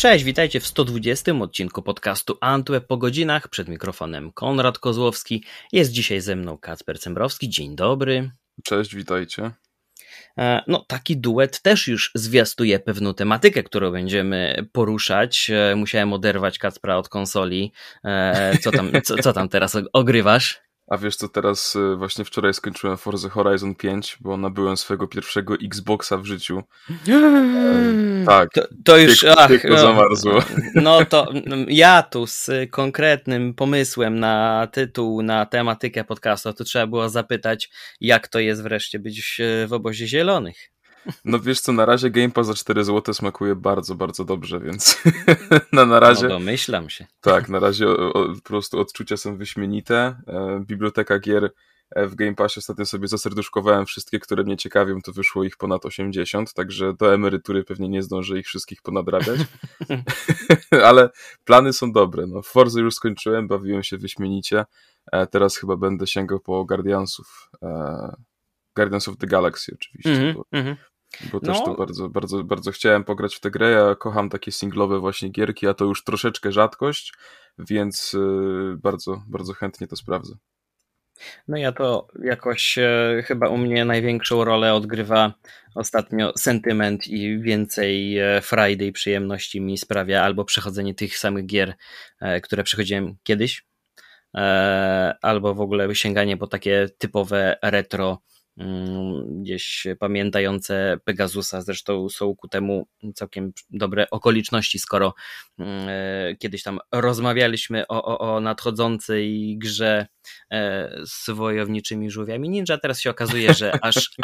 Cześć, witajcie w 120 odcinku podcastu Antweb po godzinach. Przed mikrofonem Konrad Kozłowski. Jest dzisiaj ze mną Kacper Cembrowski. Dzień dobry. Cześć, witajcie. No, taki duet też już zwiastuje pewną tematykę, którą będziemy poruszać. Musiałem oderwać Kacpra od konsoli. Co tam teraz ogrywasz? A wiesz co, teraz właśnie wczoraj skończyłem Forza Horizon 5, bo nabyłem swojego pierwszego Xboxa w życiu. Tak, to już piekło zamarzło. No to ja tu z konkretnym pomysłem na tytuł, na tematykę podcastu, to trzeba było zapytać, jak to jest wreszcie być w obozie zielonych. No wiesz co, na razie Game Pass za 4 zł smakuje bardzo, bardzo dobrze, więc na razie... No domyślam się. Tak, na razie po prostu odczucia są wyśmienite. Biblioteka gier w Game Passie ostatnio sobie zaserduszkowałem wszystkie, które mnie ciekawią, to wyszło ich ponad 80, także do emerytury pewnie nie zdążę ich wszystkich ponadrabiać. Ale plany są dobre. No, Forza już skończyłem, bawiłem się wyśmienicie. Teraz chyba będę sięgał po Guardians of the Galaxy oczywiście, bo też to bardzo, bardzo, bardzo chciałem pograć w tę grę. Ja kocham takie singlowe właśnie gierki, a to już troszeczkę rzadkość, więc bardzo, bardzo chętnie to sprawdzę. No ja to jakoś chyba u mnie największą rolę odgrywa ostatnio sentyment i więcej frajdy i przyjemności mi sprawia albo przechodzenie tych samych gier, które przechodziłem kiedyś, albo w ogóle sięganie po takie typowe retro, gdzieś pamiętające Pegasusa. Zresztą są ku temu całkiem dobre okoliczności, skoro kiedyś tam rozmawialiśmy o nadchodzącej grze z wojowniczymi żółwiami ninja. Teraz się okazuje, że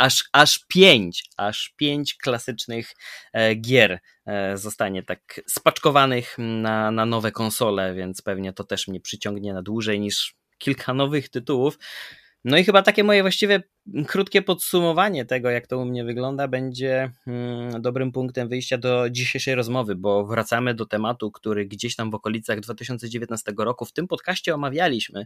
aż pięć klasycznych gier zostanie tak spaczkowanych na nowe konsole, więc pewnie to też mnie przyciągnie na dłużej niż kilka nowych tytułów. No i chyba takie moje właściwie krótkie podsumowanie tego, jak to u mnie wygląda, będzie dobrym punktem wyjścia do dzisiejszej rozmowy, bo wracamy do tematu, który gdzieś tam w okolicach 2019 roku w tym podcaście omawialiśmy.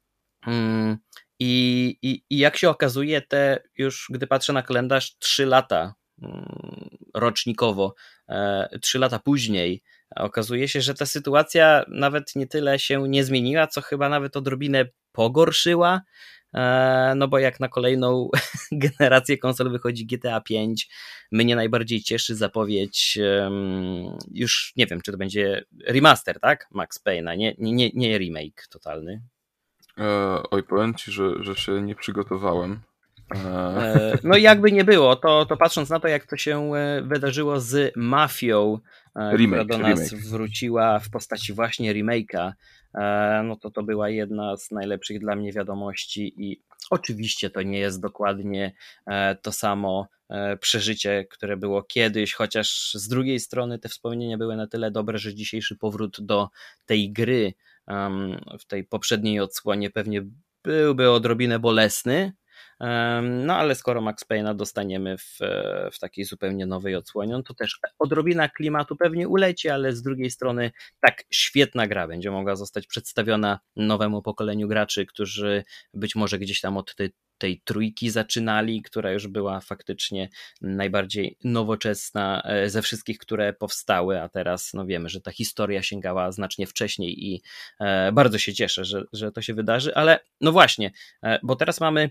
I jak się okazuje, te już, gdy patrzę na kalendarz, 3 lata rocznikowo, 3 lata później, okazuje się, że ta sytuacja nawet nie tyle się nie zmieniła, co chyba nawet odrobinę pogorszyła. No bo jak na kolejną generację konsol wychodzi GTA 5, mnie najbardziej cieszy zapowiedź, już nie wiem, czy to będzie remaster, tak? Max Payne'a, nie remake totalny. Oj, powiem ci, że się nie przygotowałem. No jakby nie było, to patrząc na to, jak to się wydarzyło z Mafią, która do nas wróciła w postaci właśnie remake'a, no to była jedna z najlepszych dla mnie wiadomości i oczywiście to nie jest dokładnie to samo przeżycie, które było kiedyś, chociaż z drugiej strony te wspomnienia były na tyle dobre, że dzisiejszy powrót do tej gry w tej poprzedniej odsłonie pewnie byłby odrobinę bolesny. No ale skoro Max Payne'a dostaniemy w takiej zupełnie nowej odsłonie, to też odrobina klimatu pewnie uleci, ale z drugiej strony tak świetna gra będzie mogła zostać przedstawiona nowemu pokoleniu graczy, którzy być może gdzieś tam od tej trójki zaczynali, która już była faktycznie najbardziej nowoczesna ze wszystkich, które powstały, a teraz no wiemy, że ta historia sięgała znacznie wcześniej i bardzo się cieszę, że to się wydarzy, ale no właśnie, bo teraz mamy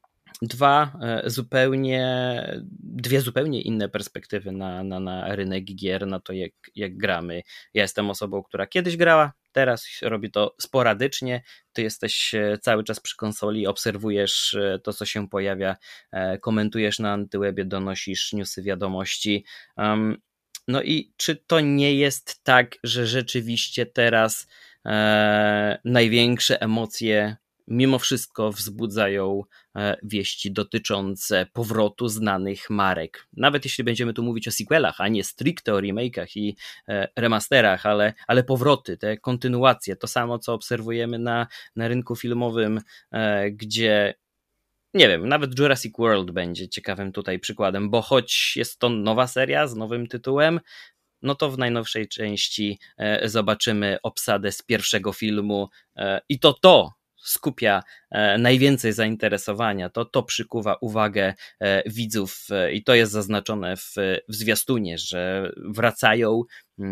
dwie zupełnie inne perspektywy na rynek gier, na to jak gramy. Ja jestem osobą, która kiedyś grała, teraz robi to sporadycznie, ty jesteś cały czas przy konsoli, obserwujesz to, co się pojawia, komentujesz na Antywebie, donosisz newsy, wiadomości. No i czy to nie jest tak, że rzeczywiście teraz największe emocje mimo wszystko wzbudzają wieści dotyczące powrotu znanych marek. Nawet jeśli będziemy tu mówić o sequelach, a nie stricte o remake'ach i remasterach, ale powroty, te kontynuacje, to samo co obserwujemy na rynku filmowym, gdzie nie wiem, nawet Jurassic World będzie ciekawym tutaj przykładem, bo choć jest to nowa seria z nowym tytułem, no to w najnowszej części zobaczymy obsadę z pierwszego filmu i to skupia najwięcej zainteresowania, to przykuwa uwagę widzów i to jest zaznaczone w zwiastunie, że wracają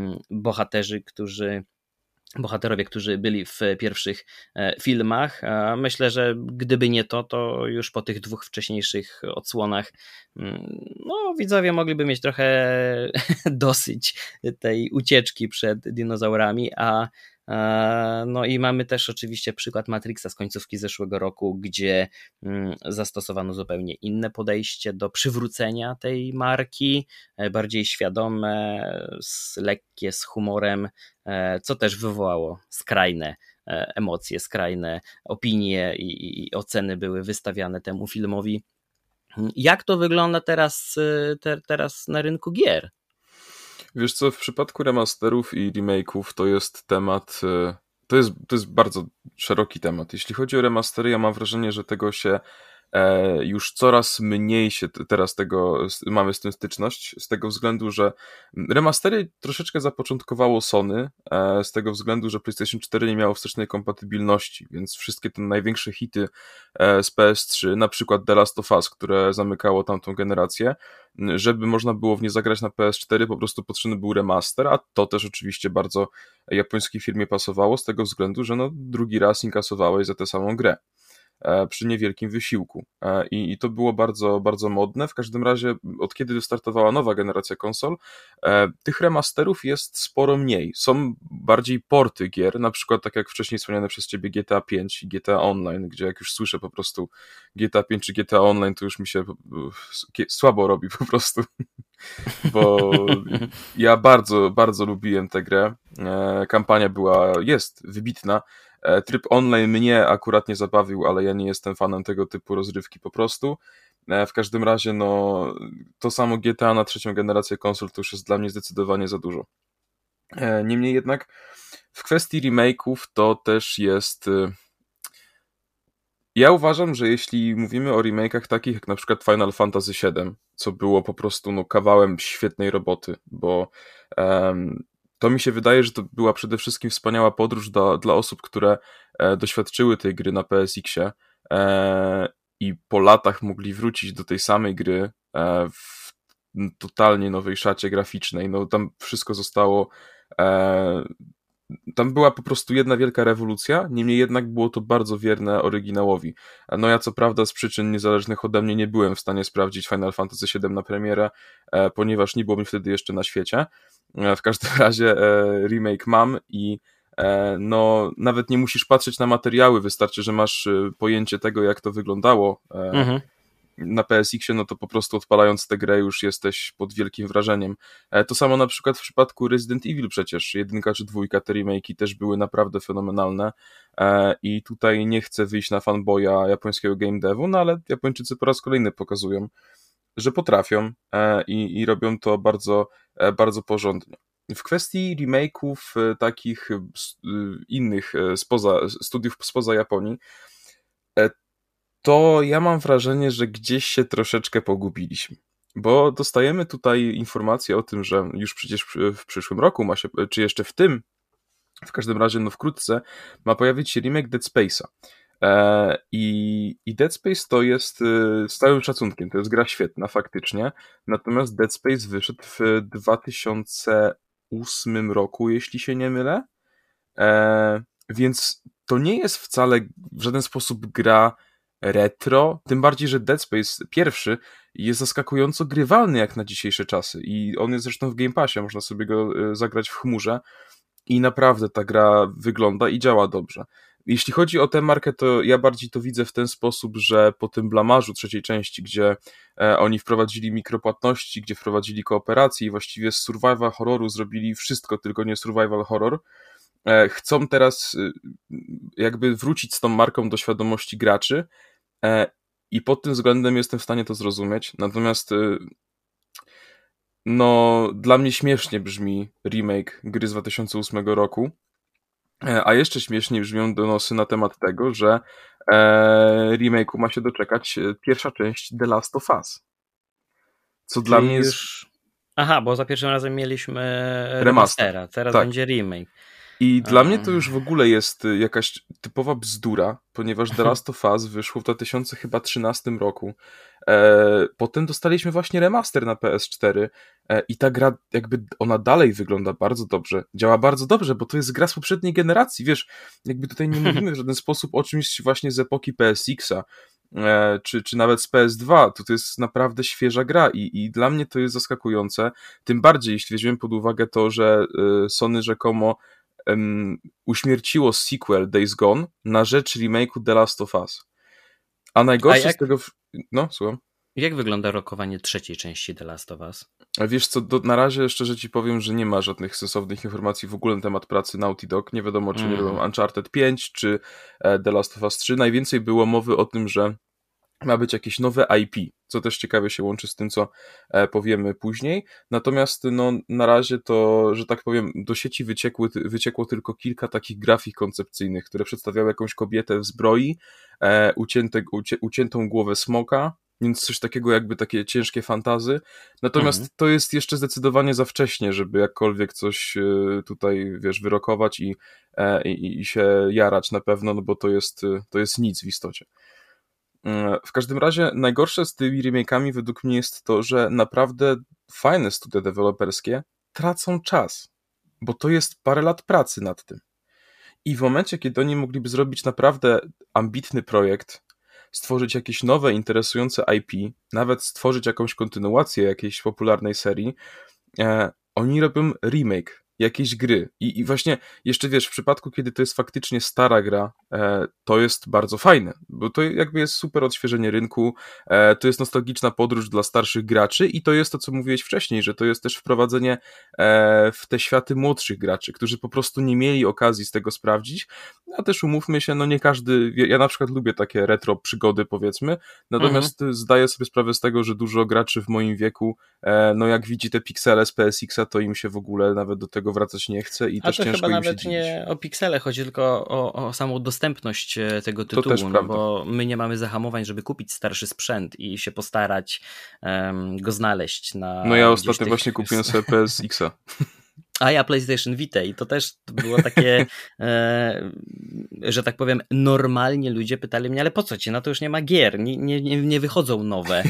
bohaterowie, którzy byli w pierwszych filmach. Myślę, że gdyby nie to już po tych 2 wcześniejszych odsłonach widzowie mogliby mieć trochę dosyć tej ucieczki przed dinozaurami, no i mamy też oczywiście przykład Matrixa z końcówki zeszłego roku, gdzie zastosowano zupełnie inne podejście do przywrócenia tej marki, bardziej świadome, lekkie, z humorem, co też wywołało skrajne emocje, skrajne opinie i oceny były wystawiane temu filmowi. Jak to wygląda teraz na rynku gier? Wiesz co, w przypadku remasterów i remake'ów to jest temat, to jest bardzo szeroki temat. Jeśli chodzi o remastery, ja mam wrażenie, że tego się już coraz mniej się teraz mamy z tym styczność, z tego względu, że remastery troszeczkę zapoczątkowało Sony, z tego względu, że PlayStation 4 nie miało wstecznej kompatybilności, więc wszystkie te największe hity z PS3, na przykład The Last of Us, które zamykało tamtą generację, żeby można było w nie zagrać na PS4, po prostu potrzebny był remaster, a to też oczywiście bardzo japońskiej firmie pasowało, z tego względu, że drugi raz inkasowałeś za tę samą grę przy niewielkim wysiłku. I to było bardzo, bardzo modne. W każdym razie, od kiedy wystartowała nowa generacja konsol, tych remasterów jest sporo mniej. Są bardziej porty gier, na przykład tak jak wcześniej wspomniane przez ciebie GTA 5 i GTA Online, gdzie jak już słyszę po prostu GTA 5 czy GTA Online, to już mi się słabo robi po prostu. Bo ja bardzo, bardzo lubiłem tę grę. Kampania jest wybitna. Tryb online mnie akurat nie zabawił, ale ja nie jestem fanem tego typu rozrywki po prostu. W każdym razie, to samo GTA na 3. generację konsol to już jest dla mnie zdecydowanie za dużo. Niemniej jednak w kwestii remake'ów to też jest... Ja uważam, że jeśli mówimy o remake'ach takich jak na przykład Final Fantasy VII, co było po prostu kawałem świetnej roboty, bo to mi się wydaje, że to była przede wszystkim wspaniała podróż dla osób, które doświadczyły tej gry na PSX-ie i po latach mogli wrócić do tej samej gry w totalnie nowej szacie graficznej. Tam wszystko zostało... Tam była po prostu jedna wielka rewolucja, niemniej jednak było to bardzo wierne oryginałowi. Ja co prawda z przyczyn niezależnych ode mnie nie byłem w stanie sprawdzić Final Fantasy VII na premierę, ponieważ nie było mnie wtedy jeszcze na świecie. W każdym razie remake mam i nawet nie musisz patrzeć na materiały, wystarczy, że masz pojęcie tego, jak to wyglądało na PSX-ie, to po prostu odpalając tę grę już jesteś pod wielkim wrażeniem. To samo na przykład w przypadku Resident Evil przecież, 1 czy 2, te remake'i też były naprawdę fenomenalne i tutaj nie chcę wyjść na fanboya japońskiego game devu, ale Japończycy po raz kolejny pokazują, że potrafią i robią to bardzo, bardzo porządnie. W kwestii remake'ów takich innych studiów spoza Japonii, to ja mam wrażenie, że gdzieś się troszeczkę pogubiliśmy. Bo dostajemy tutaj informację o tym, że już przecież w przyszłym roku czy jeszcze w tym, w każdym razie wkrótce, ma pojawić się remake Dead Space'a. I Dead Space to jest z całym szacunkiem, to jest gra świetna faktycznie, natomiast Dead Space wyszedł w 2008 roku, jeśli się nie mylę, więc to nie jest wcale w żaden sposób gra retro, tym bardziej, że Dead Space pierwszy jest zaskakująco grywalny jak na dzisiejsze czasy i on jest zresztą w Game Passie, można sobie go zagrać w chmurze i naprawdę ta gra wygląda i działa dobrze. Jeśli chodzi o tę markę, to ja bardziej to widzę w ten sposób, że po tym blamarzu 3. części, gdzie oni wprowadzili mikropłatności, gdzie wprowadzili kooperację i właściwie z survival horroru zrobili wszystko, tylko nie survival horror, chcą teraz jakby wrócić z tą marką do świadomości graczy i pod tym względem jestem w stanie to zrozumieć. Natomiast dla mnie śmiesznie brzmi remake gry z 2008 roku, a jeszcze śmieszniej brzmią donosy na temat tego, że remake'u ma się doczekać pierwsza część The Last of Us. Co dla mnie jest... Aha, bo za pierwszym razem mieliśmy remastera, teraz będzie remake. I dla mnie to już w ogóle jest jakaś typowa bzdura, ponieważ The Last of Us wyszło w 2013 roku. Potem dostaliśmy właśnie remaster na PS4 i ta gra jakby ona dalej wygląda bardzo dobrze, działa bardzo dobrze, bo to jest gra z poprzedniej generacji, wiesz, jakby tutaj nie mówimy w żaden sposób o czymś właśnie z epoki PSX-a, czy nawet z PS2, to jest naprawdę świeża gra i dla mnie to jest zaskakujące, tym bardziej jeśli weźmiemy pod uwagę to, że Sony rzekomo uśmierciło sequel Days Gone na rzecz remake'u The Last of Us. A najgorsze z tego... No, słucham. Jak wygląda rokowanie trzeciej części The Last of Us? Wiesz co, na razie szczerze ci powiem, że nie ma żadnych sensownych informacji w ogóle na temat pracy Naughty Dog. Nie wiadomo, czy nie robią Uncharted 5, czy The Last of Us 3. Najwięcej było mowy o tym, że ma być jakieś nowe IP, co też ciekawie się łączy z tym, co powiemy później. Natomiast no, na razie to, że tak powiem, do sieci wyciekło tylko kilka takich grafik koncepcyjnych, które przedstawiały jakąś kobietę w zbroi, uciętą głowę smoka, więc coś takiego jakby takie ciężkie fantazy. Natomiast to jest jeszcze zdecydowanie za wcześnie, żeby jakkolwiek coś tutaj, wiesz, wyrokować i się jarać na pewno, no bo to jest nic w istocie. W każdym razie najgorsze z tymi remake'ami według mnie jest to, że naprawdę fajne studia deweloperskie tracą czas, bo to jest parę lat pracy nad tym. I w momencie, kiedy oni mogliby zrobić naprawdę ambitny projekt, stworzyć jakieś nowe, interesujące IP, nawet stworzyć jakąś kontynuację jakiejś popularnej serii, oni robią remake jakiejś gry. I właśnie jeszcze wiesz, w przypadku, kiedy to jest faktycznie stara gra, to jest bardzo fajne, bo to jakby jest super odświeżenie rynku, to jest nostalgiczna podróż dla starszych graczy i to jest to, co mówiłeś wcześniej, że to jest też wprowadzenie w te światy młodszych graczy, którzy po prostu nie mieli okazji z tego sprawdzić, a też umówmy się, no nie każdy, ja na przykład lubię takie retro przygody, powiedzmy, natomiast zdaję sobie sprawę z tego, że dużo graczy w moim wieku, no jak widzi te piksele z PSX-a, to im się w ogóle nawet do tego wracać nie chce i też ciężko im się dziwić. A to chyba nawet nie o piksele chodzi, tylko o samą dostępność tego tytułu, to też no bo my nie mamy zahamowań, żeby kupić starszy sprzęt i się postarać go znaleźć na... No ja ostatnio właśnie kupiłem sobie PSX-a. A ja PlayStation Vita i to też było takie, że tak powiem, normalnie ludzie pytali mnie, ale po co ci, no to już nie ma gier, nie wychodzą nowe.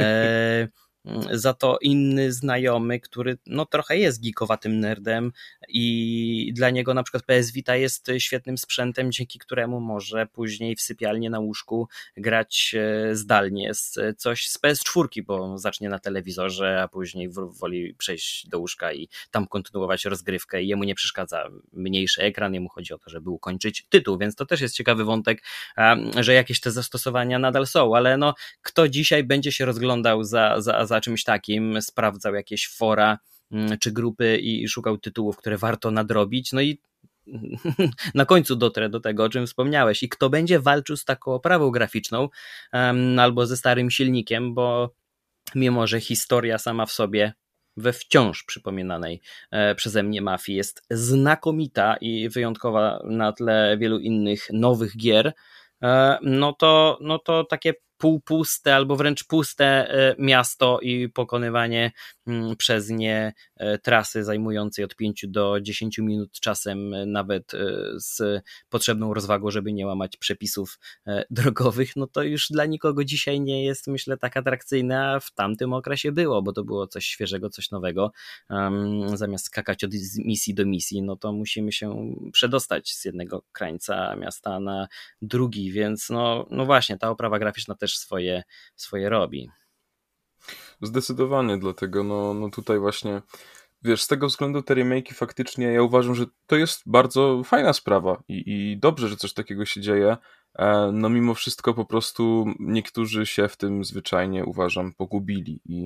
Za to inny znajomy, który no trochę jest geekowatym nerdem i dla niego na przykład PS Vita jest świetnym sprzętem, dzięki któremu może później w sypialni na łóżku grać zdalnie coś z PS4, bo zacznie na telewizorze, a później woli przejść do łóżka i tam kontynuować rozgrywkę i jemu nie przeszkadza mniejszy ekran, jemu chodzi o to, żeby ukończyć tytuł, więc to też jest ciekawy wątek, że jakieś te zastosowania nadal są, ale no kto dzisiaj będzie się rozglądał za czymś takim, sprawdzał jakieś fora czy grupy i szukał tytułów, które warto nadrobić, no i na końcu dotrę do tego, o czym wspomniałeś i kto będzie walczył z taką oprawą graficzną albo ze starym silnikiem, bo mimo, że historia sama w sobie we wciąż przypominanej przeze mnie Mafii jest znakomita i wyjątkowa na tle wielu innych nowych gier, no to takie półpuste albo wręcz puste miasto i pokonywanie przez nie trasy zajmującej od 5 do 10 minut, czasem nawet z potrzebną rozwagą, żeby nie łamać przepisów drogowych, no to już dla nikogo dzisiaj nie jest, myślę, tak atrakcyjne, a w tamtym okresie było, bo to było coś świeżego, coś nowego. Zamiast skakać od misji do misji, no to musimy się przedostać z jednego krańca miasta na drugi, więc no właśnie, ta oprawa graficzna też swoje robi. Zdecydowanie, dlatego no tutaj właśnie, wiesz, z tego względu te remake'i faktycznie ja uważam, że to jest bardzo fajna sprawa i dobrze, że coś takiego się dzieje. No mimo wszystko po prostu niektórzy się w tym zwyczajnie, uważam, pogubili i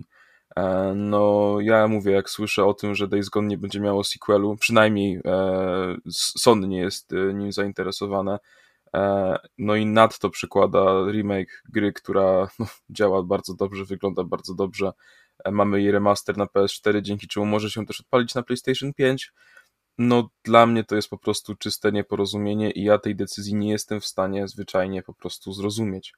no ja mówię, jak słyszę o tym, że Days Gone nie będzie miało sequelu, przynajmniej Sony nie jest nim zainteresowane, no i nadto przykłada remake gry, która działa bardzo dobrze, wygląda bardzo dobrze. Mamy jej remaster na PS4, dzięki czemu może się też odpalić na PlayStation 5. No dla mnie to jest po prostu czyste nieporozumienie i ja tej decyzji nie jestem w stanie zwyczajnie po prostu zrozumieć.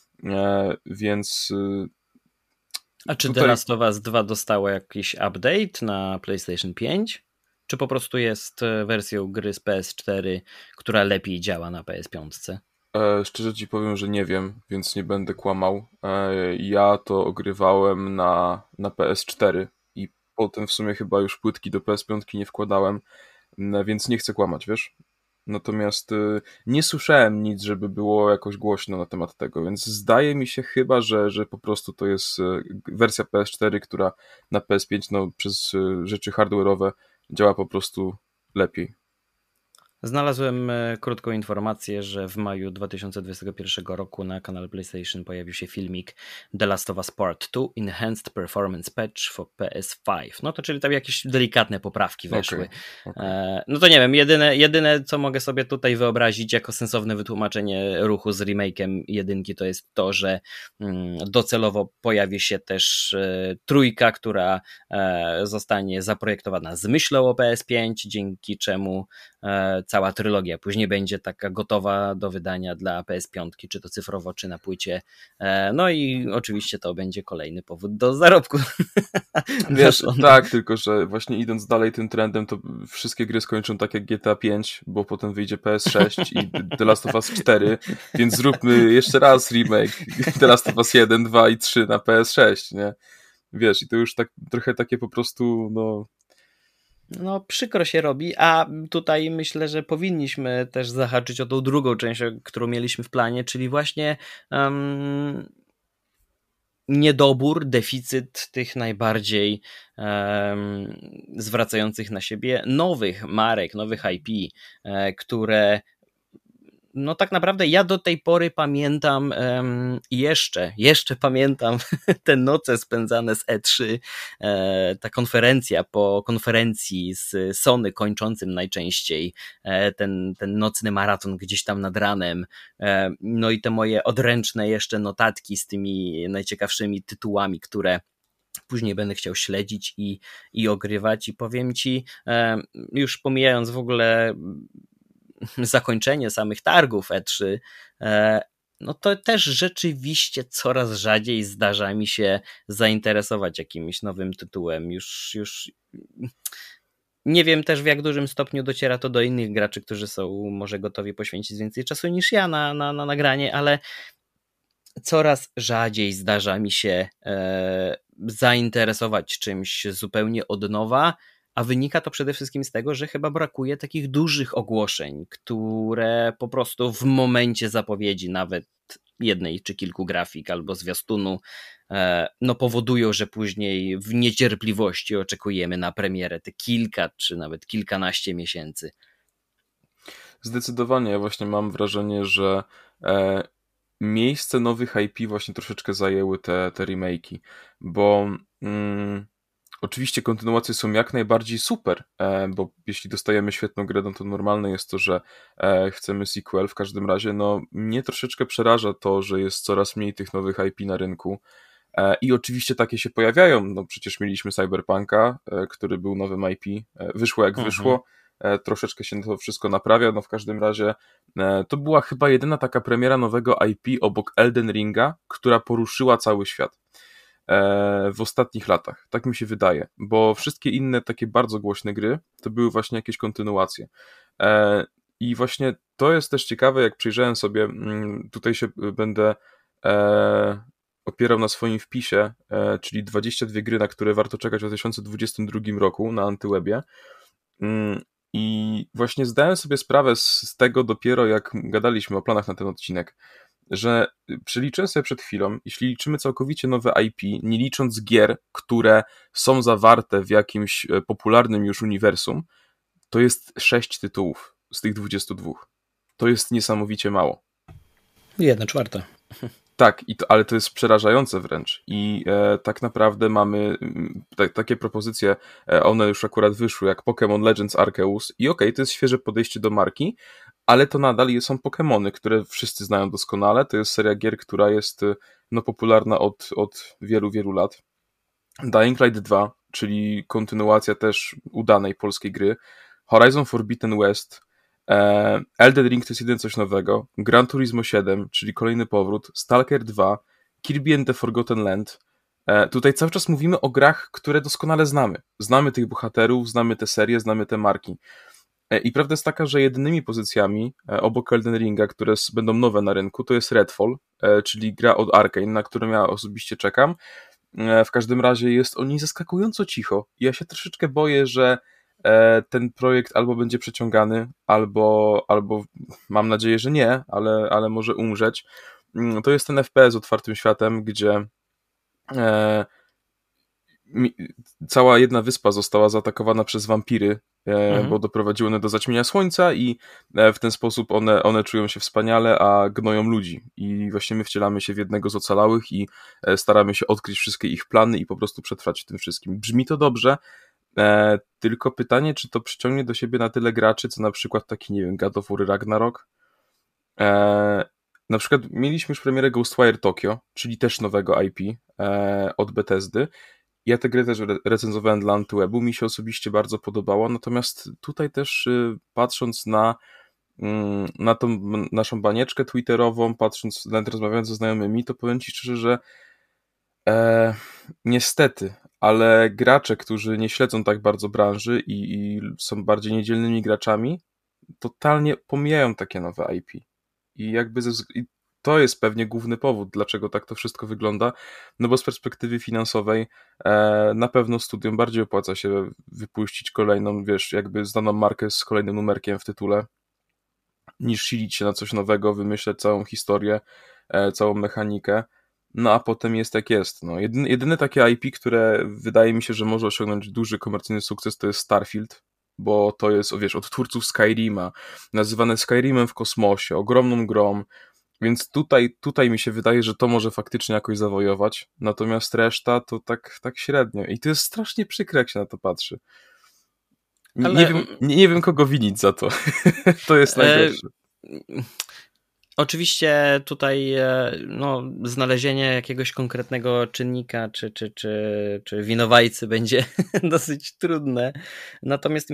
Więc... A czy The Last of Us 2 dostało jakiś update na PlayStation 5? czy po prostu jest wersją gry z PS4, która lepiej działa na PS5? Szczerze ci powiem, że nie wiem, więc nie będę kłamał. Ja to ogrywałem na PS4 i potem w sumie chyba już płytki do PS5 nie wkładałem, więc nie chcę kłamać, wiesz? Natomiast nie słyszałem nic, żeby było jakoś głośno na temat tego, więc zdaje mi się chyba, że po prostu to jest wersja PS4, która na PS5 no, przez rzeczy hardware'owe działa po prostu lepiej. Znalazłem krótką informację, że w maju 2021 roku na kanale PlayStation pojawił się filmik The Last of Us Part 2 Enhanced Performance Patch for PS5. No to czyli tam jakieś delikatne poprawki weszły. Okay. No to nie wiem, jedyne co mogę sobie tutaj wyobrazić jako sensowne wytłumaczenie ruchu z remake'em jedynki to jest to, że docelowo pojawi się też trójka, która zostanie zaprojektowana z myślą o PS5, dzięki czemu cała trylogia później będzie taka gotowa do wydania dla PS5, czy to cyfrowo, czy na płycie. No i oczywiście to będzie kolejny powód do zarobku. Wiesz, tak, tylko że właśnie idąc dalej tym trendem, to wszystkie gry skończą tak jak GTA 5, bo potem wyjdzie PS6 i The Last of Us 4, więc zróbmy jeszcze raz remake The Last of Us 1, 2 i 3 na PS6, nie? Wiesz, i to już tak trochę takie po prostu, No przykro się robi, a tutaj myślę, że powinniśmy też zahaczyć o tą drugą część, którą mieliśmy w planie, czyli właśnie niedobór, deficyt tych najbardziej zwracających na siebie nowych marek, nowych IP, które no tak naprawdę ja do tej pory pamiętam jeszcze pamiętam te noce spędzane z E3, ta konferencja po konferencji z Sony kończącym najczęściej ten nocny maraton gdzieś tam nad ranem, no i te moje odręczne jeszcze notatki z tymi najciekawszymi tytułami, które później będę chciał śledzić i ogrywać i powiem ci, już pomijając w ogóle zakończenie samych targów E3, no to też rzeczywiście coraz rzadziej zdarza mi się zainteresować jakimś nowym tytułem. Już nie wiem też w jak dużym stopniu dociera to do innych graczy, którzy są może gotowi poświęcić więcej czasu niż ja na nagranie, ale coraz rzadziej zdarza mi się zainteresować czymś zupełnie od nowa, a wynika to przede wszystkim z tego, że chyba brakuje takich dużych ogłoszeń, które po prostu w momencie zapowiedzi nawet jednej czy kilku grafik albo zwiastunu no powodują, że później w niecierpliwości oczekujemy na premierę te kilka czy nawet kilkanaście miesięcy. Zdecydowanie, ja właśnie mam wrażenie, że miejsce nowych IP właśnie troszeczkę zajęły te remake'i, bo oczywiście kontynuacje są jak najbardziej super, bo jeśli dostajemy świetną grę, no to normalne jest to, że chcemy sequel. W każdym razie, no mnie troszeczkę przeraża to, że jest coraz mniej tych nowych IP na rynku i oczywiście takie się pojawiają. No przecież mieliśmy Cyberpunka, który był nowym IP, wyszło jak wyszło, troszeczkę się to wszystko naprawia, no w każdym razie to była chyba jedyna taka premiera nowego IP obok Elden Ringa, która poruszyła cały świat w ostatnich latach, tak mi się wydaje, bo wszystkie inne takie bardzo głośne gry to były właśnie jakieś kontynuacje i właśnie to jest też ciekawe, jak przyjrzałem sobie, tutaj się będę opierał na swoim wpisie, czyli 22 gry, na które warto czekać w 2022 roku na Antywebie. I właśnie zdałem sobie sprawę z tego dopiero, jak gadaliśmy o planach na ten odcinek, że przeliczyłem sobie przed chwilą, jeśli liczymy całkowicie nowe IP, nie licząc gier, które są zawarte w jakimś popularnym już uniwersum, to jest 6 tytułów z tych 22. To jest niesamowicie mało. 1/4. Tak, ale to jest przerażające wręcz i tak naprawdę mamy takie propozycje, one już akurat wyszły, jak Pokémon Legends Arceus i okej, to jest świeże podejście do marki, ale to nadal są Pokémony, które wszyscy znają doskonale, to jest seria gier, która jest no, popularna od wielu, wielu lat. Dying Light 2, czyli kontynuacja też udanej polskiej gry, Horizon Forbidden West, Elden Ring to jest jeden coś nowego, Gran Turismo 7, czyli kolejny powrót, Stalker 2, Kirby and the Forgotten Land, Tutaj cały czas mówimy o grach, które doskonale znamy. Znamy tych bohaterów, znamy te serie, znamy te marki. I prawda jest taka, że jedynymi pozycjami obok Elden Ringa, które będą nowe na rynku, to jest Redfall, czyli gra od Arkane, na którą ja osobiście czekam. W każdym razie jest o niej zaskakująco cicho. Ja się troszeczkę boję, że ten projekt albo będzie przeciągany, albo mam nadzieję, że nie, ale może umrzeć. To jest ten FPS z otwartym światem, gdzie cała jedna wyspa została zaatakowana przez wampiry, bo doprowadziły one do zaćmienia słońca i w ten sposób one czują się wspaniale, a gnoją ludzi. I właśnie my wcielamy się w jednego z ocalałych i staramy się odkryć wszystkie ich plany i po prostu przetrwać w tym wszystkim. Brzmi to dobrze, tylko pytanie, czy to przyciągnie do siebie na tyle graczy, co na przykład taki, nie wiem, God of War Ragnarok. Na przykład mieliśmy już premierę Ghostwire Tokyo, czyli też nowego IP od Bethesdy. Ja tę grę też recenzowałem dla Antywebu, mi się osobiście bardzo podobało, natomiast tutaj też patrząc na tą naszą banieczkę twitterową, patrząc, nawet rozmawiając ze znajomymi, to powiem Ci szczerze, że niestety, ale gracze, którzy nie śledzą tak bardzo branży i są bardziej niedzielnymi graczami, totalnie pomijają takie nowe IP. I jakby to jest pewnie główny powód, dlaczego tak to wszystko wygląda, no bo z perspektywy finansowej na pewno studiom bardziej opłaca się wypuścić kolejną, wiesz, jakby znaną markę z kolejnym numerkiem w tytule, niż silić się na coś nowego, wymyśleć całą historię, całą mechanikę, no a potem jest jak jest. No. Jedyne takie IP, które wydaje mi się, że może osiągnąć duży komercyjny sukces, to jest Starfield, bo to jest, wiesz, od twórców Skyrima, nazywane Skyrimem w kosmosie, ogromną grą, więc tutaj mi się wydaje, że to może faktycznie jakoś zawojować, natomiast reszta to tak średnio. I to jest strasznie przykre, jak się na to patrzy. Ale... Nie wiem, kogo winić za to. To jest najgorsze. Oczywiście tutaj znalezienie jakiegoś konkretnego czynnika czy winowajcy będzie dosyć trudne. Natomiast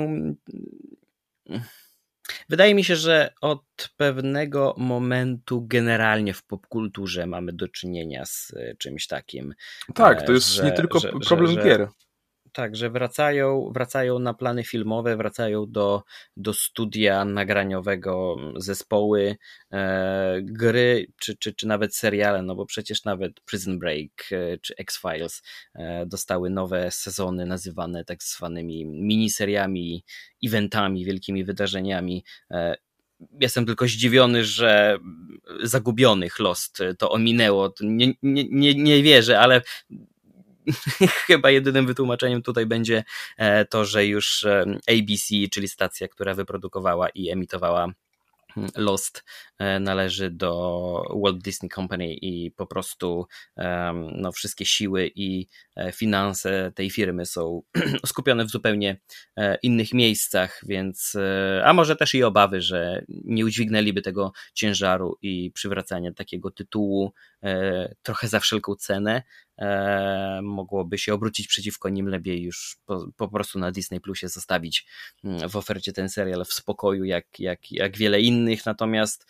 wydaje mi się, że od pewnego momentu generalnie w popkulturze mamy do czynienia z czymś takim. Tak, to jest nie tylko problem gier. Tak, że wracają na plany filmowe, wracają do studia nagraniowego zespoły, gry czy nawet seriale, no bo przecież nawet Prison Break czy X-Files dostały nowe sezony nazywane tak zwanymi miniseriami, eventami, wielkimi wydarzeniami. Jestem tylko zdziwiony, że Zagubionych Lost to ominęło. Nie wierzę, ale chyba jedynym wytłumaczeniem tutaj będzie to, że już ABC, czyli stacja, która wyprodukowała i emitowała Lost, należy do Walt Disney Company i po prostu wszystkie siły i finanse tej firmy są skupione w zupełnie innych miejscach, więc a może też i obawy, że nie udźwignęliby tego ciężaru i przywracania takiego tytułu trochę za wszelką cenę mogłoby się obrócić przeciwko nim. Lepiej już po prostu na Disney Plusie zostawić w ofercie ten serial w spokoju jak wiele innych, natomiast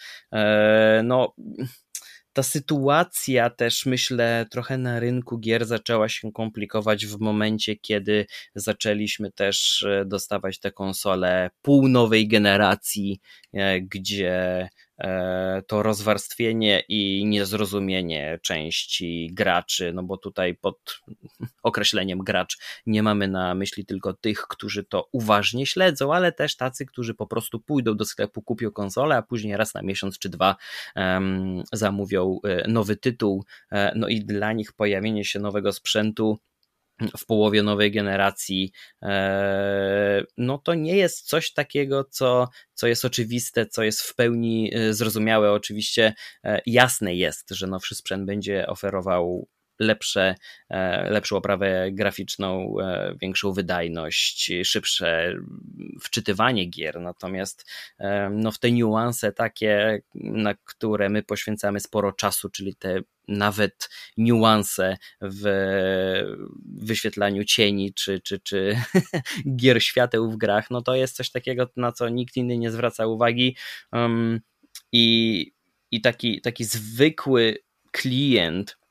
ta sytuacja też, myślę, trochę na rynku gier zaczęła się komplikować w momencie, kiedy zaczęliśmy też dostawać te konsole półnowej generacji, gdzie to rozwarstwienie i niezrozumienie części graczy, no bo tutaj pod określeniem gracz nie mamy na myśli tylko tych, którzy to uważnie śledzą, ale też tacy, którzy po prostu pójdą do sklepu, kupią konsolę, a później raz na miesiąc czy dwa zamówią nowy tytuł, no i dla nich pojawienie się nowego sprzętu w połowie nowej generacji, no to nie jest coś takiego, co jest oczywiste, co jest w pełni zrozumiałe. Oczywiście jasne jest, że nowszy sprzęt będzie oferował lepszą oprawę graficzną, większą wydajność, szybsze wczytywanie gier, natomiast w te niuanse takie, na które my poświęcamy sporo czasu, czyli te nawet niuanse w wyświetlaniu cieni czy gier świateł w grach, no to jest coś takiego, na co nikt inny nie zwraca uwagi, i taki zwykły klient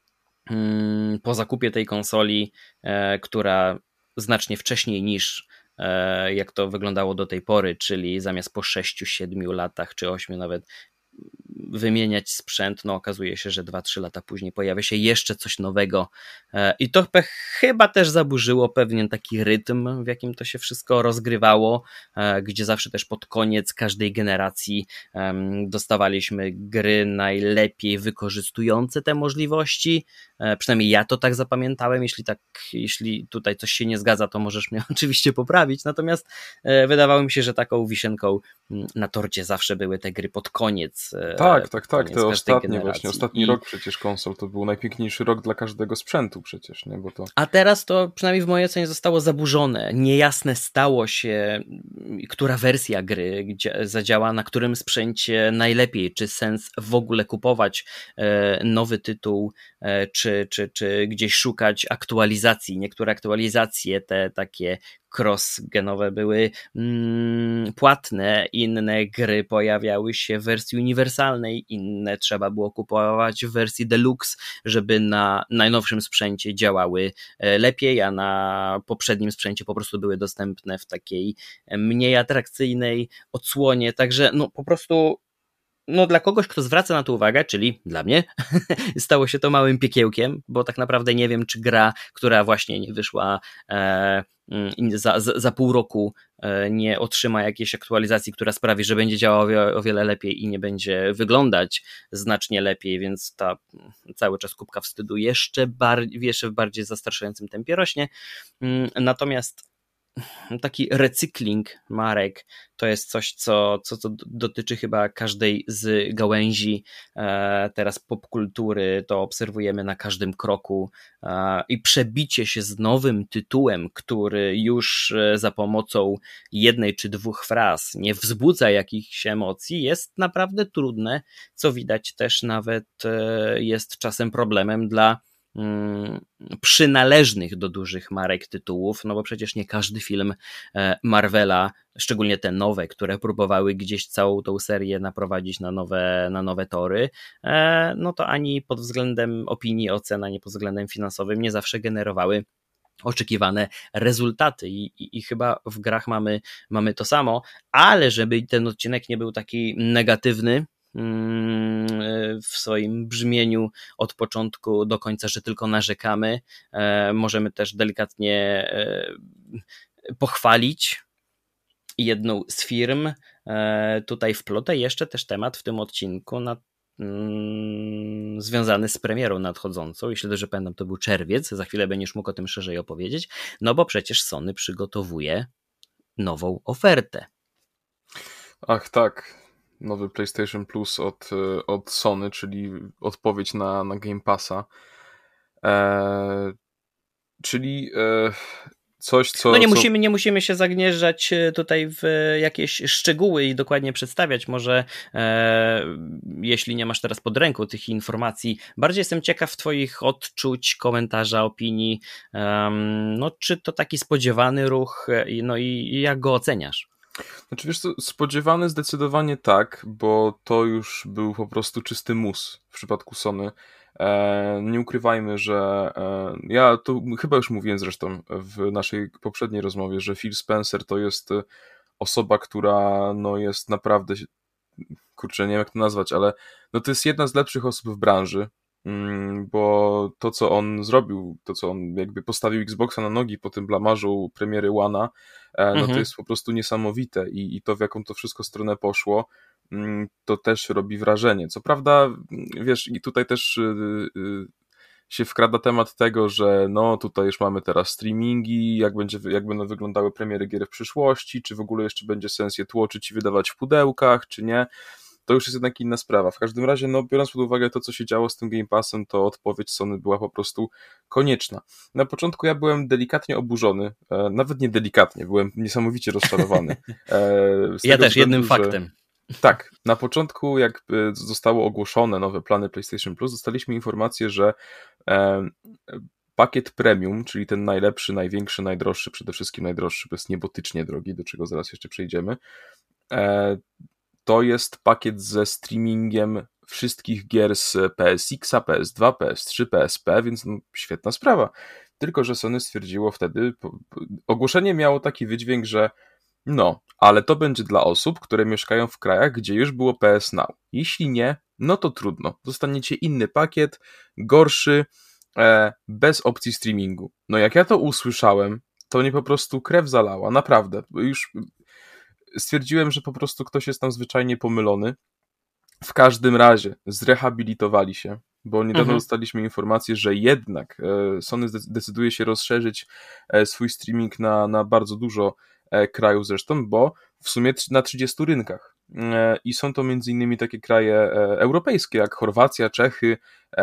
po zakupie tej konsoli, która znacznie wcześniej niż jak to wyglądało do tej pory, czyli zamiast po 6-7 latach, czy 8 nawet, wymieniać sprzęt, no okazuje się, że 2-3 lata później pojawia się jeszcze coś nowego i to chyba też zaburzyło pewien taki rytm, w jakim to się wszystko rozgrywało, gdzie zawsze też pod koniec każdej generacji dostawaliśmy gry najlepiej wykorzystujące te możliwości, przynajmniej ja to tak zapamiętałem, jeśli tutaj coś się nie zgadza, to możesz mnie oczywiście poprawić, natomiast wydawało mi się, że taką wisienką na torcie zawsze były te gry pod koniec. Tak, te ostatnie właśnie, ostatni rok przecież konsol to był najpiękniejszy rok dla każdego sprzętu przecież, nie? Bo to... A teraz to przynajmniej w mojej ocenie zostało zaburzone. Niejasne stało się, która wersja gry zadziała na którym sprzęcie najlepiej, czy sens w ogóle kupować nowy tytuł, czy gdzieś szukać aktualizacji. Niektóre aktualizacje, te takie cross-genowe były płatne, inne gry pojawiały się w wersji uniwersalnej, inne trzeba było kupować w wersji deluxe, żeby na najnowszym sprzęcie działały lepiej, a na poprzednim sprzęcie po prostu były dostępne w takiej mniej atrakcyjnej odsłonie, także no po prostu dla kogoś, kto zwraca na to uwagę, czyli dla mnie, stało się to małym piekiełkiem, bo tak naprawdę nie wiem, czy gra, która właśnie nie wyszła za pół roku, nie otrzyma jakiejś aktualizacji, która sprawi, że będzie działała o wiele lepiej i nie będzie wyglądać znacznie lepiej, więc ta cały czas kubka wstydu jeszcze w bardziej zastraszającym tempie rośnie. Natomiast taki recykling marek to jest coś, co dotyczy chyba każdej z gałęzi teraz popkultury, to obserwujemy na każdym kroku i przebicie się z nowym tytułem, który już za pomocą jednej czy dwóch fraz nie wzbudza jakichś emocji, jest naprawdę trudne, co widać też nawet jest czasem problemem dla przynależnych do dużych marek tytułów, no bo przecież nie każdy film Marvela, szczególnie te nowe, które próbowały gdzieś całą tą serię naprowadzić na nowe tory, no to ani pod względem opinii, ocen, ani pod względem finansowym nie zawsze generowały oczekiwane rezultaty i chyba w grach mamy to samo, ale żeby ten odcinek nie był taki negatywny w swoim brzmieniu od początku do końca, że tylko narzekamy, możemy też delikatnie pochwalić jedną z firm. Tutaj wplotę jeszcze też temat w tym odcinku związany z premierą nadchodzącą. Jeśli dobrze pamiętam, to był czerwiec, za chwilę będziesz mógł o tym szerzej opowiedzieć, no bo przecież Sony przygotowuje nową ofertę. Ach tak, nowy PlayStation Plus od Sony, czyli odpowiedź na Game Passa. Czyli coś, co... No nie musimy się zagnieżdżać tutaj w jakieś szczegóły i dokładnie przedstawiać. Może jeśli nie masz teraz pod ręką tych informacji, bardziej jestem ciekaw twoich odczuć, komentarza, opinii. No czy to taki spodziewany ruch, no i jak go oceniasz? Znaczy wiesz co, spodziewany zdecydowanie tak, bo to już był po prostu czysty mus w przypadku Sony. Nie ukrywajmy, że ja to chyba już mówiłem zresztą w naszej poprzedniej rozmowie, że Phil Spencer to jest osoba, która no jest naprawdę, kurczę, nie wiem jak to nazwać, ale no to jest jedna z lepszych osób w branży, bo to co on zrobił, to co on jakby postawił Xboxa na nogi po tym blamarzu premiery One'a, no to jest po prostu niesamowite i to w jaką to wszystko stronę poszło, to też robi wrażenie. Co prawda, wiesz, i tutaj też się wkrada temat tego, że no tutaj już mamy teraz streamingi, jak będą wyglądały premiery gier w przyszłości, czy w ogóle jeszcze będzie sens je tłoczyć i wydawać w pudełkach, czy nie. To już jest jednak inna sprawa. W każdym razie, no biorąc pod uwagę to, co się działo z tym Game Passem, to odpowiedź Sony była po prostu konieczna. Na początku ja byłem delikatnie oburzony, nawet nie delikatnie, byłem niesamowicie rozczarowany. Ja też, jednym faktem. Tak, na początku jak zostało ogłoszone nowe plany PlayStation Plus, dostaliśmy informację, że pakiet premium, czyli ten najlepszy, największy, najdroższy, przede wszystkim najdroższy, bo jest niebotycznie drogi, do czego zaraz jeszcze przejdziemy, to jest pakiet ze streamingiem wszystkich gier z PSX-a, PS2, PS3, PSP, więc no, świetna sprawa. Tylko że Sony stwierdziło wtedy, ogłoszenie miało taki wydźwięk, że no, ale to będzie dla osób, które mieszkają w krajach, gdzie już było PS Now. Jeśli nie, no to trudno. Dostaniecie inny pakiet, gorszy, bez opcji streamingu. No jak ja to usłyszałem, to mnie po prostu krew zalała, naprawdę. Już stwierdziłem, że po prostu ktoś jest tam zwyczajnie pomylony. W każdym razie zrehabilitowali się, bo niedawno dostaliśmy informację, że jednak Sony decyduje się rozszerzyć swój streaming na bardzo dużo krajów zresztą, bo w sumie na 30 rynkach. I są to między innymi takie kraje europejskie, jak Chorwacja, Czechy,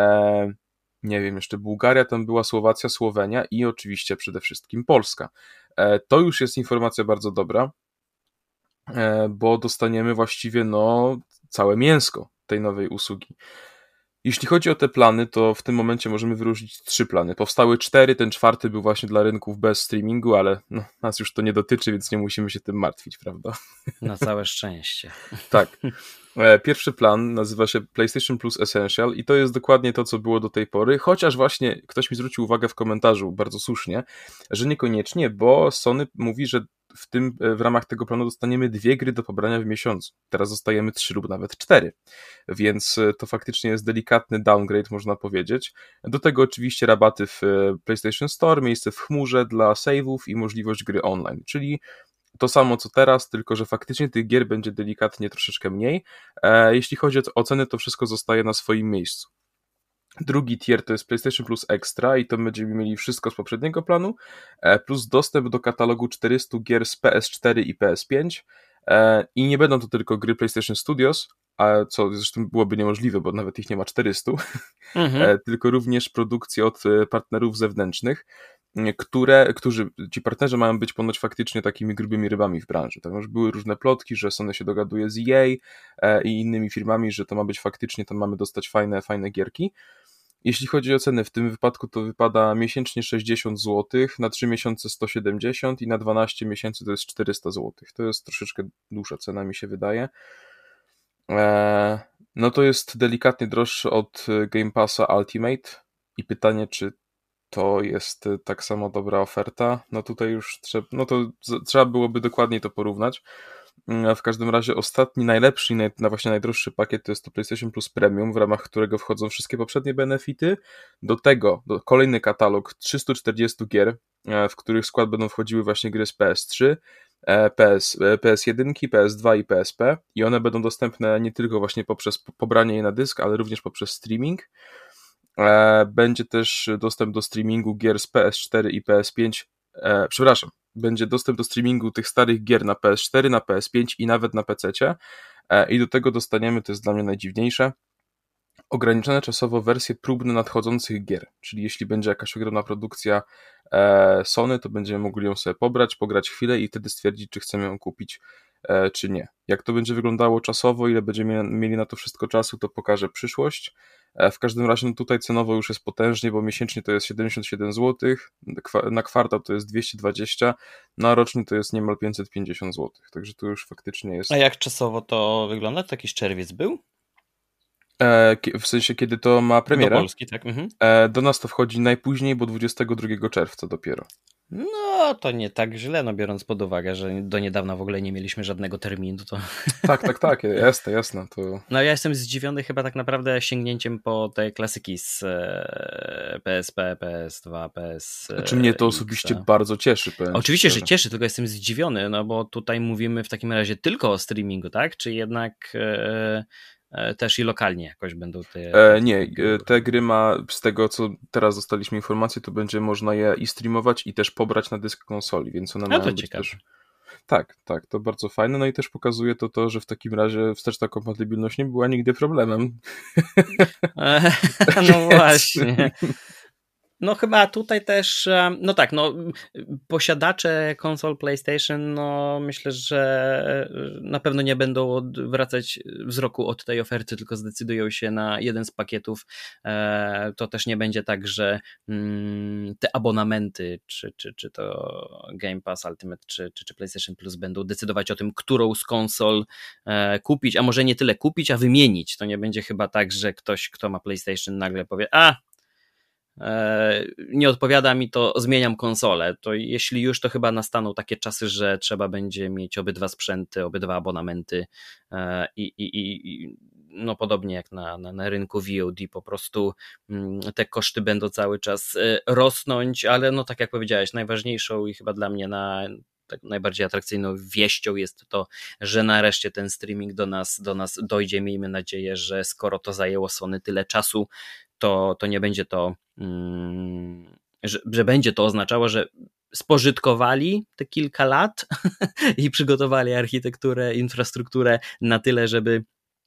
nie wiem, jeszcze Bułgaria, tam była Słowacja, Słowenia i oczywiście przede wszystkim Polska. To już jest informacja bardzo dobra, bo dostaniemy właściwie całe mięsko tej nowej usługi. Jeśli chodzi o te plany, to w tym momencie możemy wyróżnić 3 plany. Powstały 4, ten 4 był właśnie dla rynków bez streamingu, ale nas już to nie dotyczy, więc nie musimy się tym martwić, prawda? Na całe szczęście. Tak. Pierwszy plan nazywa się PlayStation Plus Essential i to jest dokładnie to, co było do tej pory, chociaż właśnie ktoś mi zwrócił uwagę w komentarzu, bardzo słusznie, że niekoniecznie, bo Sony mówi, że w ramach tego planu dostaniemy 2 gry do pobrania w miesiącu. Teraz dostajemy 3 lub nawet 4, więc to faktycznie jest delikatny downgrade, można powiedzieć. Do tego oczywiście rabaty w PlayStation Store, miejsce w chmurze dla save'ów i możliwość gry online, czyli to samo co teraz, tylko że faktycznie tych gier będzie delikatnie troszeczkę mniej. Jeśli chodzi o ceny, to wszystko zostaje na swoim miejscu. Drugi tier to jest PlayStation Plus Extra i to będziemy mieli wszystko z poprzedniego planu, plus dostęp do katalogu 400 gier z PS4 i PS5 i nie będą to tylko gry PlayStation Studios, co zresztą byłoby niemożliwe, bo nawet ich nie ma 400, tylko również produkcje od partnerów zewnętrznych, ci partnerzy mają być ponoć faktycznie takimi grubymi rybami w branży. Tam już były różne plotki, że Sony się dogaduje z EA i innymi firmami, że to ma być faktycznie, tam mamy dostać fajne gierki. Jeśli chodzi o ceny, w tym wypadku to wypada miesięcznie 60 zł, na 3 miesiące 170 i na 12 miesięcy to jest 400 zł. To jest troszeczkę dłuższa cena, mi się wydaje. No to jest delikatnie droższy od Game Passa Ultimate i pytanie, czy to jest tak samo dobra oferta. No tutaj już trzeba byłoby dokładnie to porównać. W każdym razie ostatni, najlepszy i właśnie najdroższy pakiet to jest to PlayStation Plus Premium, w ramach którego wchodzą wszystkie poprzednie benefity. Do tego kolejny katalog 340 gier, w których skład będą wchodziły właśnie gry z PS3, PS1, PS2 i PSP i one będą dostępne nie tylko właśnie poprzez pobranie je na dysk, ale również poprzez streaming. Będzie też dostęp do streamingu gier z PS4 i PS5, będzie dostęp do streamingu tych starych gier na PS4, na PS5 i nawet na PC-cie i do tego dostaniemy, to jest dla mnie najdziwniejsze, ograniczone czasowo wersje próbne nadchodzących gier, czyli jeśli będzie jakaś ogromna produkcja Sony, to będziemy mogli ją sobie pograć chwilę i wtedy stwierdzić, czy chcemy ją kupić, czy nie. Jak to będzie wyglądało czasowo, ile będziemy mieli na to wszystko czasu, to pokaże przyszłość. W każdym razie tutaj cenowo już jest potężnie, bo miesięcznie to jest 77 zł, na kwartał to jest 220, na roczny to jest niemal 550 zł, także to już faktycznie jest... A jak czasowo to wygląda? To jakiś czerwiec był? W sensie, kiedy to ma premierę? Do Polski, tak. Do nas to wchodzi najpóźniej, bo 22 czerwca dopiero. No, to nie tak źle, biorąc pod uwagę, że do niedawna w ogóle nie mieliśmy żadnego terminu. To... Tak, jasne. To... No ja jestem zdziwiony chyba tak naprawdę sięgnięciem po te klasyki z PSP, PS2, PS. Znaczy mnie to osobiście bardzo cieszy. Oczywiście, że cieszy, tylko jestem zdziwiony, bo tutaj mówimy w takim razie tylko o streamingu, tak? Czy jednak... też i lokalnie jakoś będą te... Nie, te gry z tego co teraz dostaliśmy informację, to będzie można je i streamować i też pobrać na dysk konsoli, więc one mają być też... Tak, to bardzo fajne, no i też pokazuje to, że w takim razie wsteczna kompatybilność nie była nigdy problemem. No właśnie. No chyba tutaj też, no tak, no posiadacze konsol PlayStation, no myślę, że na pewno nie będą odwracać wzroku od tej oferty, tylko zdecydują się na jeden z pakietów. To też nie będzie tak, że te abonamenty, czy to Game Pass Ultimate, czy PlayStation Plus będą decydować o tym, którą z konsol kupić, a może nie tyle kupić, a wymienić. To nie będzie chyba tak, że ktoś, kto ma PlayStation, nagle powie, nie odpowiada mi, to zmieniam konsolę. To jeśli już, to chyba nastaną takie czasy, że trzeba będzie mieć obydwa sprzęty, obydwa abonamenty i no podobnie jak na rynku VOD, po prostu te koszty będą cały czas rosnąć, ale no tak jak powiedziałeś, najważniejszą i chyba dla mnie tak najbardziej atrakcyjną wieścią jest to, że nareszcie ten streaming do nas dojdzie. Miejmy nadzieję, że skoro to zajęło Sony tyle czasu, to nie będzie to, że będzie to oznaczało, że spożytkowali te kilka lat i przygotowali architekturę, infrastrukturę na tyle, żeby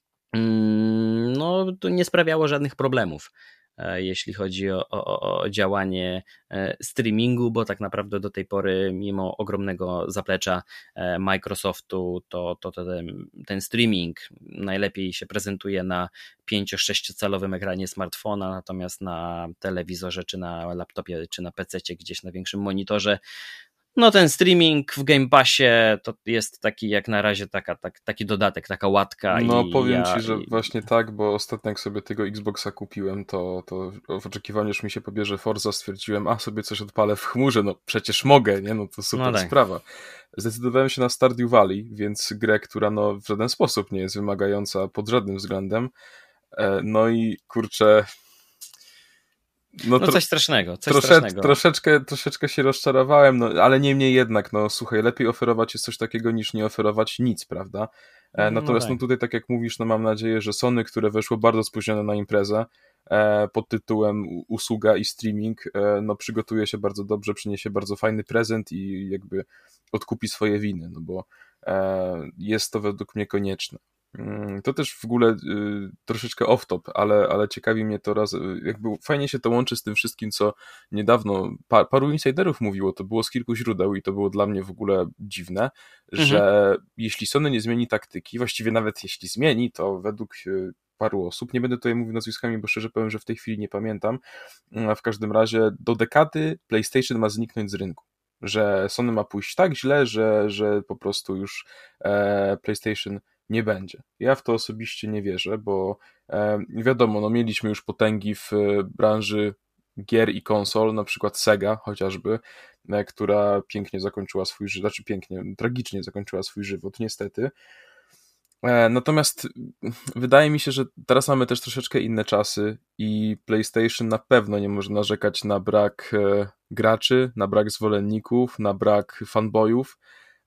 no, to nie sprawiało żadnych problemów, jeśli chodzi o działanie streamingu, bo tak naprawdę do tej pory, mimo ogromnego zaplecza Microsoftu, to ten streaming najlepiej się prezentuje na 5-6 calowym ekranie smartfona, natomiast na telewizorze, czy na laptopie, czy na PC-cie, gdzieś na większym monitorze, no ten streaming w Game Passie to jest taki jak na razie taki dodatek, taka łatka. No powiem ci, że właśnie tak, bo ostatnio jak sobie tego Xboxa kupiłem, to w oczekiwaniu, że mi się pobierze Forza, stwierdziłem, sobie coś odpalę w chmurze, no przecież mogę, nie? No to super tak. Sprawa. Zdecydowałem się na Stardew Valley, więc grę, która no w żaden sposób nie jest wymagająca pod żadnym względem. No i kurczę... No coś strasznego. Troszeczkę się rozczarowałem, no ale niemniej jednak, no słuchaj, lepiej oferować jest coś takiego niż nie oferować nic, prawda? Natomiast no tutaj, tak jak mówisz, no mam nadzieję, że Sony, które weszło bardzo spóźnione na imprezę pod tytułem usługa i streaming, no przygotuje się bardzo dobrze, przyniesie bardzo fajny prezent i jakby odkupi swoje winy, no bo jest to według mnie konieczne. To też w ogóle troszeczkę off-top, ale ciekawi mnie to jakby fajnie się to łączy z tym wszystkim, co niedawno paru insiderów mówiło, to było z kilku źródeł i to było dla mnie w ogóle dziwne, że jeśli Sony nie zmieni taktyki, właściwie nawet jeśli zmieni, to według paru osób, nie będę tutaj mówił nazwiskami, bo szczerze powiem, że w tej chwili nie pamiętam, w każdym razie do dekady PlayStation ma zniknąć z rynku. Że Sony ma pójść tak źle, że po prostu już PlayStation nie będzie. Ja w to osobiście nie wierzę, bo wiadomo, no mieliśmy już potęgi w branży gier i konsol, na przykład Sega chociażby, która pięknie zakończyła swój żywot, tragicznie zakończyła swój żywot, niestety. Natomiast wydaje mi się, że teraz mamy też troszeczkę inne czasy i PlayStation na pewno nie może narzekać na brak graczy, na brak zwolenników, na brak fanboyów.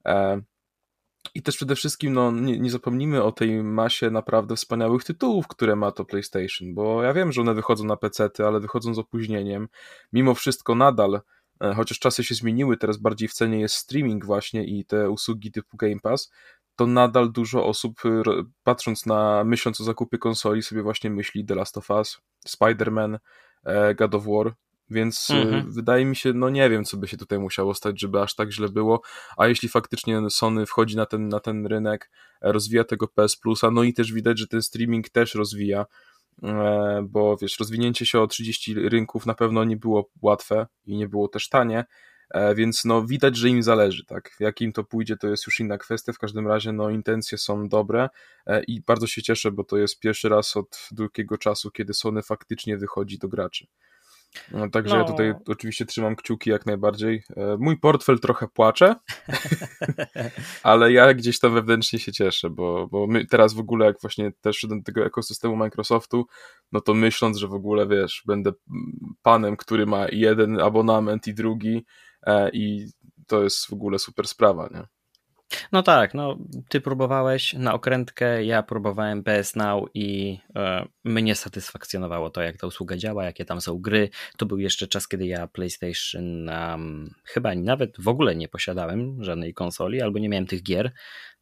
I też przede wszystkim no, nie zapomnijmy o tej masie naprawdę wspaniałych tytułów, które ma to PlayStation, bo ja wiem, że one wychodzą na PC-ty, ale wychodzą z opóźnieniem. Mimo wszystko nadal, chociaż czasy się zmieniły, teraz bardziej w cenie jest streaming właśnie i te usługi typu Game Pass, to nadal dużo osób, myśląc o zakupie konsoli, sobie właśnie myśli The Last of Us, Spider-Man, God of War, więc wydaje mi się, no nie wiem, co by się tutaj musiało stać, żeby aż tak źle było, a jeśli faktycznie Sony wchodzi na ten rynek, rozwija tego PS Plusa, no i też widać, że ten streaming też rozwija, bo wiesz, rozwinięcie się o 30 rynków na pewno nie było łatwe i nie było też tanie, więc no widać, że im zależy, tak, jak im to pójdzie, to jest już inna kwestia, w każdym razie no intencje są dobre i bardzo się cieszę, bo to jest pierwszy raz od długiego czasu, kiedy Sony faktycznie wychodzi do graczy. No, także ja tutaj oczywiście trzymam kciuki jak najbardziej. Mój portfel trochę płacze, ale ja gdzieś tam wewnętrznie się cieszę, bo my teraz w ogóle jak właśnie też do tego ekosystemu Microsoftu, no to myśląc, że w ogóle wiesz, będę panem, który ma jeden abonament i drugi i to jest w ogóle super sprawa, nie? No tak, no ty próbowałeś na okrętkę, ja próbowałem PS Now i mnie satysfakcjonowało to, jak ta usługa działa, jakie tam są gry. To był jeszcze czas, kiedy ja PlayStation chyba nawet w ogóle nie posiadałem żadnej konsoli, albo nie miałem tych gier,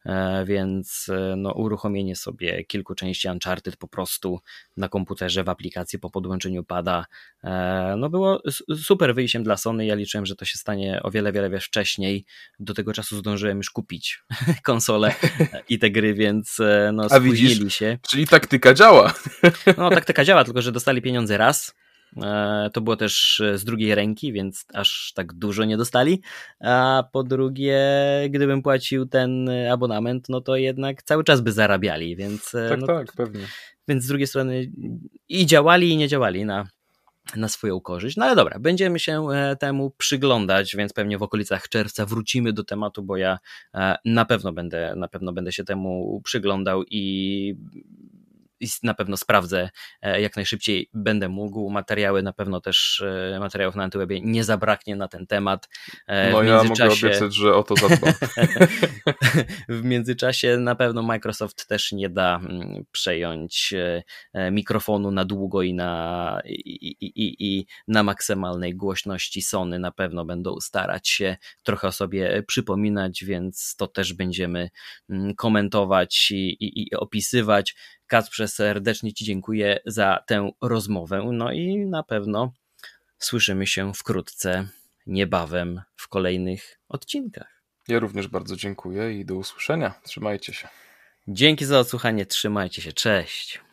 więc no, uruchomienie sobie kilku części Uncharted po prostu na komputerze w aplikacji po podłączeniu pada no było super wyjściem dla Sony. Ja liczyłem, że to się stanie o wiele wcześniej. Do tego czasu zdążyłem już kupić konsolę i te gry, więc no, spóźnili się. Czyli taktyka działa. No taktyka działa, tylko że dostali pieniądze raz. To było też z drugiej ręki, więc aż tak dużo nie dostali, a po drugie, gdybym płacił ten abonament, no to jednak cały czas by zarabiali, więc tak, pewnie. Więc z drugiej strony i działali i nie działali na swoją korzyść. No ale dobra, będziemy się temu przyglądać, więc pewnie w okolicach czerwca wrócimy do tematu, bo ja na pewno będę się temu przyglądał i na pewno sprawdzę jak najszybciej będę mógł. Materiałów na Antywebie nie zabraknie na ten temat. No ja mogę obiecać, że o to zadbam. W międzyczasie na pewno Microsoft też nie da przejąć mikrofonu na długo i na maksymalnej głośności. Sony na pewno będą starać się trochę o sobie przypominać, więc to też będziemy komentować i opisywać. Kacprze, serdecznie Ci dziękuję za tę rozmowę, no i na pewno słyszymy się wkrótce, niebawem w kolejnych odcinkach. Ja również bardzo dziękuję i do usłyszenia. Trzymajcie się. Dzięki za odsłuchanie, trzymajcie się, cześć.